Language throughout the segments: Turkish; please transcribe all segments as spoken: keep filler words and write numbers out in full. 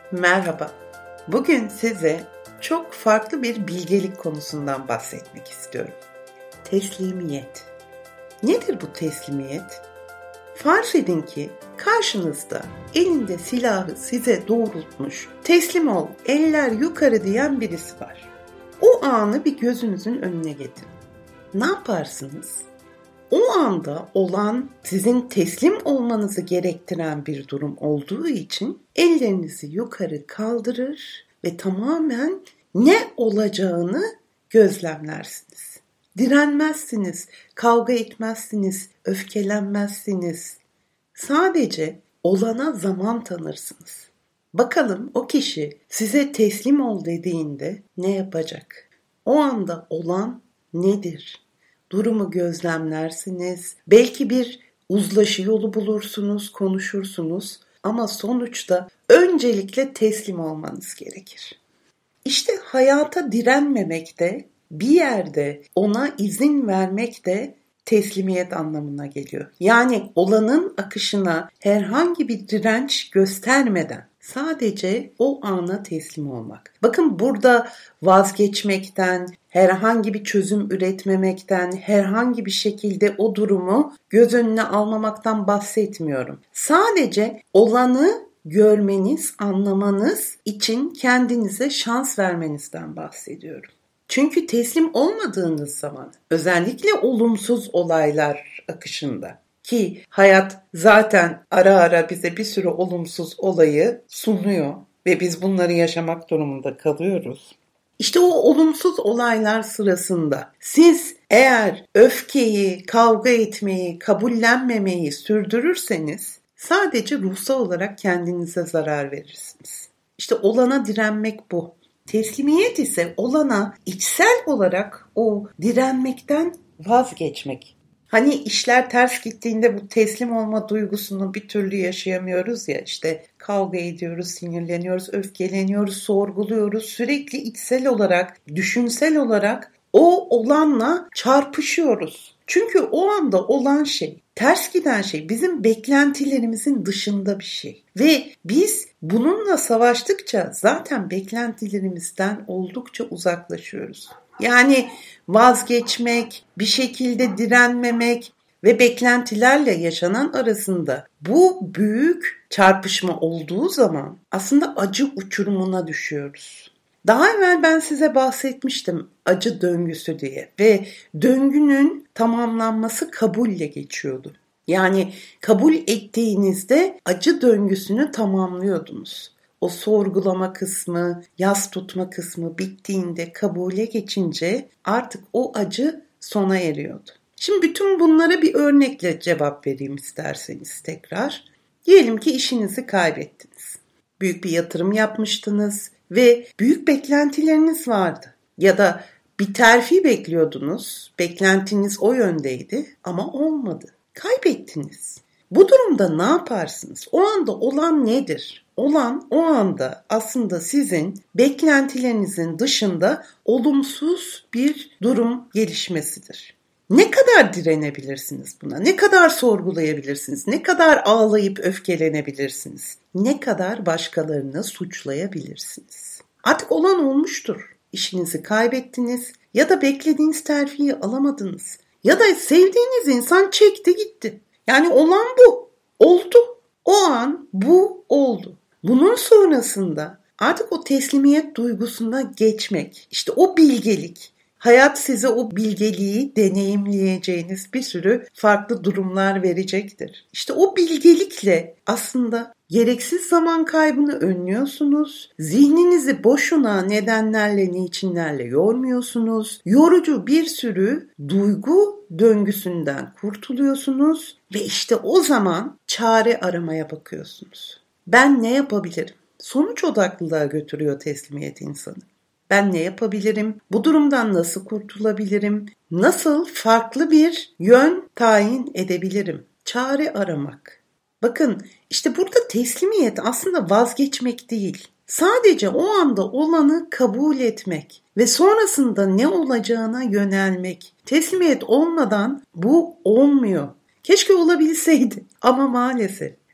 Merhaba. Bugün size çok farklı bir bilgelik konusundan bahsetmek istiyorum. Teslimiyet. Nedir bu teslimiyet? Farz edin ki karşınızda elinde silahı size doğrultmuş, teslim ol, eller yukarı diyen birisi var. O anı bir gözünüzün önüne getirin. Ne yaparsınız? O anda olan sizin teslim olmanızı gerektiren bir durum olduğu için ellerinizi yukarı kaldırır ve tamamen ne olacağını gözlemlersiniz. Direnmezsiniz, kavga etmezsiniz, öfkelenmezsiniz. Sadece olana zaman tanırsınız. Bakalım o kişi size teslim ol dediğinde ne yapacak? O anda olan nedir? Durumu gözlemlersiniz. Belki bir uzlaşı yolu bulursunuz, konuşursunuz ama sonuçta öncelikle teslim olmanız gerekir. İşte hayata direnmemek de bir yerde ona izin vermek de teslimiyet anlamına geliyor. Yani olanın akışına herhangi bir direnç göstermeden sadece o ana teslim olmak. Bakın burada vazgeçmekten, herhangi bir çözüm üretmemekten, herhangi bir şekilde o durumu göz önüne almamaktan bahsetmiyorum. Sadece olanı görmeniz, anlamanız için kendinize şans vermenizden bahsediyorum. Çünkü teslim olmadığınız zaman, özellikle olumsuz olaylar akışında ki hayat zaten ara ara bize bir sürü olumsuz olayı sunuyor ve biz bunları yaşamak durumunda kalıyoruz. İşte o olumsuz olaylar sırasında siz eğer öfkeyi, kavga etmeyi, kabullenmemeyi sürdürürseniz sadece ruhsal olarak kendinize zarar verirsiniz. İşte olana direnmek bu. Teslimiyet ise olana içsel olarak o direnmekten vazgeçmek. Hani işler ters gittiğinde bu teslim olma duygusunu bir türlü yaşayamıyoruz ya, işte kavga ediyoruz, sinirleniyoruz, öfkeleniyoruz, sorguluyoruz. Sürekli içsel olarak, düşünsel olarak o olanla çarpışıyoruz. Çünkü o anda olan şey, ters giden şey bizim beklentilerimizin dışında bir şey. Ve biz bununla savaştıkça zaten beklentilerimizden oldukça uzaklaşıyoruz. Yani vazgeçmek, bir şekilde direnmemek ve beklentilerle yaşanan arasında bu büyük çarpışma olduğu zaman aslında acı uçurumuna düşüyoruz. Daha evvel ben size bahsetmiştim acı döngüsü diye ve döngünün tamamlanması kabulle geçiyordu. Yani kabul ettiğinizde acı döngüsünü tamamlıyordunuz. O sorgulama kısmı, yas tutma kısmı bittiğinde kabule geçince artık o acı sona eriyordu. Şimdi bütün bunlara bir örnekle cevap vereyim isterseniz tekrar. Diyelim ki işinizi kaybettiniz. Büyük bir yatırım yapmıştınız ve büyük beklentileriniz vardı. Ya da bir terfi bekliyordunuz, beklentiniz o yöndeydi ama olmadı. Kaybettiniz. Bu durumda ne yaparsınız? O anda olan nedir? Olan o anda aslında sizin beklentilerinizin dışında olumsuz bir durum gelişmesidir. Ne kadar direnebilirsiniz buna? Ne kadar sorgulayabilirsiniz? Ne kadar ağlayıp öfkelenebilirsiniz? Ne kadar başkalarını suçlayabilirsiniz? Artık olan olmuştur. İşinizi kaybettiniz ya da beklediğiniz terfiyi alamadınız. Ya da sevdiğiniz insan çekti gitti. Yani olan bu. Oldu. O an bu oldu. Bunun sonrasında artık o teslimiyet duygusuna geçmek, işte o bilgelik, hayat size o bilgeliği deneyimleyeceğiniz bir sürü farklı durumlar verecektir. İşte o bilgelikle aslında gereksiz zaman kaybını önlüyorsunuz. Zihninizi boşuna nedenlerle, niçinlerle yormuyorsunuz. Yorucu bir sürü duygu döngüsünden kurtuluyorsunuz ve işte o zaman çare aramaya bakıyorsunuz. Ben ne yapabilirim? Sonuç odaklılığa götürüyor teslimiyet insanı. Ben ne yapabilirim? Bu durumdan nasıl kurtulabilirim? Nasıl farklı bir yön tayin edebilirim? Çare aramak. Bakın işte burada teslimiyet aslında vazgeçmek değil. Sadece o anda olanı kabul etmek ve sonrasında ne olacağına yönelmek. Teslimiyet olmadan bu olmuyor. Keşke olabilseydi ama maalesef.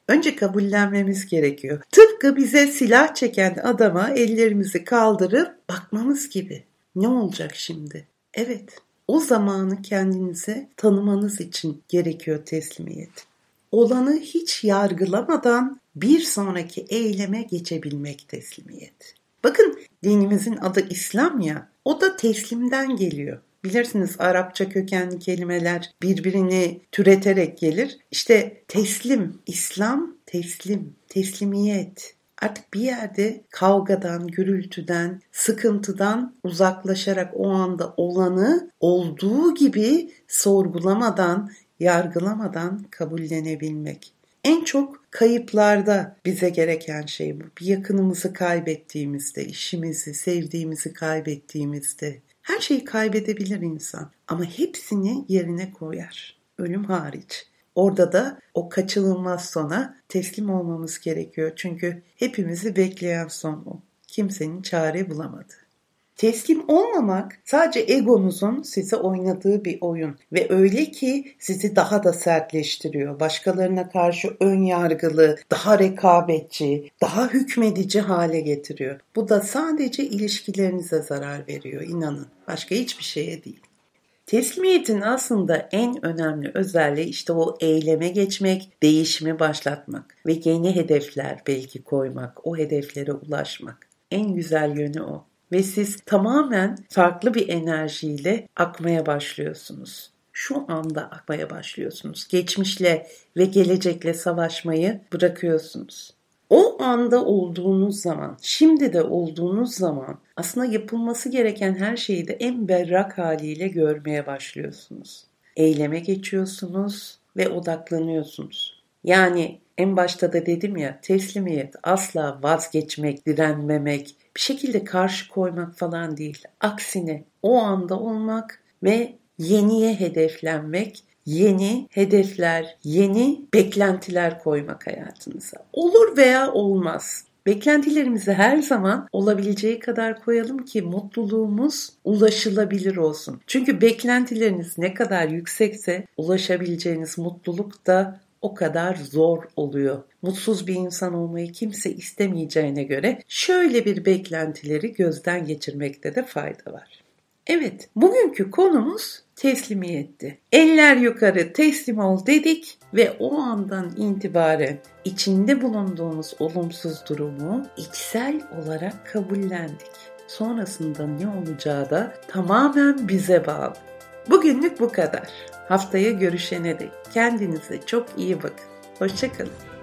Önce kabullenmemiz gerekiyor. Tıpkı bize silah çeken adama ellerimizi kaldırıp bakmamız gibi. Ne olacak şimdi? Evet, o zamanı kendinize tanımanız için gerekiyor teslimiyet. Olanı hiç yargılamadan bir sonraki eyleme geçebilmek teslimiyet. Bakın dinimizin adı İslam ya, o da teslimden geliyor. Bilirsiniz Arapça kökenli kelimeler birbirini türeterek gelir. İşte teslim, İslam, teslim, teslimiyet. Artık bir yerde kavgadan, gürültüden, sıkıntıdan uzaklaşarak o anda olanı olduğu gibi sorgulamadan, yargılamadan kabullenebilmek. En çok kayıplarda bize gereken şey bu. Bir yakınımızı kaybettiğimizde, işimizi, sevdiğimizi kaybettiğimizde her şeyi kaybedebilir insan. Ama hepsini yerine koyar. Ölüm hariç. Orada da o kaçınılmaz sona teslim olmamız gerekiyor. Çünkü hepimizi bekleyen son o. Kimsenin çare bulamadı. Teslim olmamak sadece egonuzun size oynadığı bir oyun ve öyle ki sizi daha da sertleştiriyor. Başkalarına karşı ön yargılı, daha rekabetçi, daha hükmedici hale getiriyor. Bu da sadece ilişkilerinize zarar veriyor, inanın. Başka hiçbir şeye değil. Teslimiyetin aslında en önemli özelliği işte o eyleme geçmek, değişimi başlatmak ve yeni hedefler belki koymak, o hedeflere ulaşmak. En güzel yönü o. Ve siz tamamen farklı bir enerjiyle akmaya başlıyorsunuz. Şu anda akmaya başlıyorsunuz. Geçmişle ve gelecekle savaşmayı bırakıyorsunuz. O anda olduğunuz zaman, şimdi de olduğunuz zaman aslında yapılması gereken her şeyi de en berrak haliyle görmeye başlıyorsunuz. Eyleme geçiyorsunuz ve odaklanıyorsunuz. Yani en başta da dedim ya, teslimiyet asla vazgeçmek, direnmemek, bir şekilde karşı koymak falan değil. Aksine o anda olmak ve yeniye hedeflenmek, yeni hedefler, yeni beklentiler koymak hayatınıza. Olur veya olmaz. Beklentilerimizi her zaman olabileceği kadar koyalım ki mutluluğumuz ulaşılabilir olsun. Çünkü beklentileriniz ne kadar yüksekse ulaşabileceğiniz mutluluk da o kadar zor oluyor. Mutsuz bir insan olmayı kimse istemeyeceğine göre şöyle bir beklentileri gözden geçirmekte de fayda var. Evet, bugünkü konumuz teslimiyetti. Eller yukarı teslim ol dedik ve o andan itibaren içinde bulunduğumuz olumsuz durumu içsel olarak kabullendik. Sonrasında ne olacağı da tamamen bize bağlı. Bugünlük bu kadar. Haftaya görüşene dek kendinize çok iyi bakın. Hoşça kalın.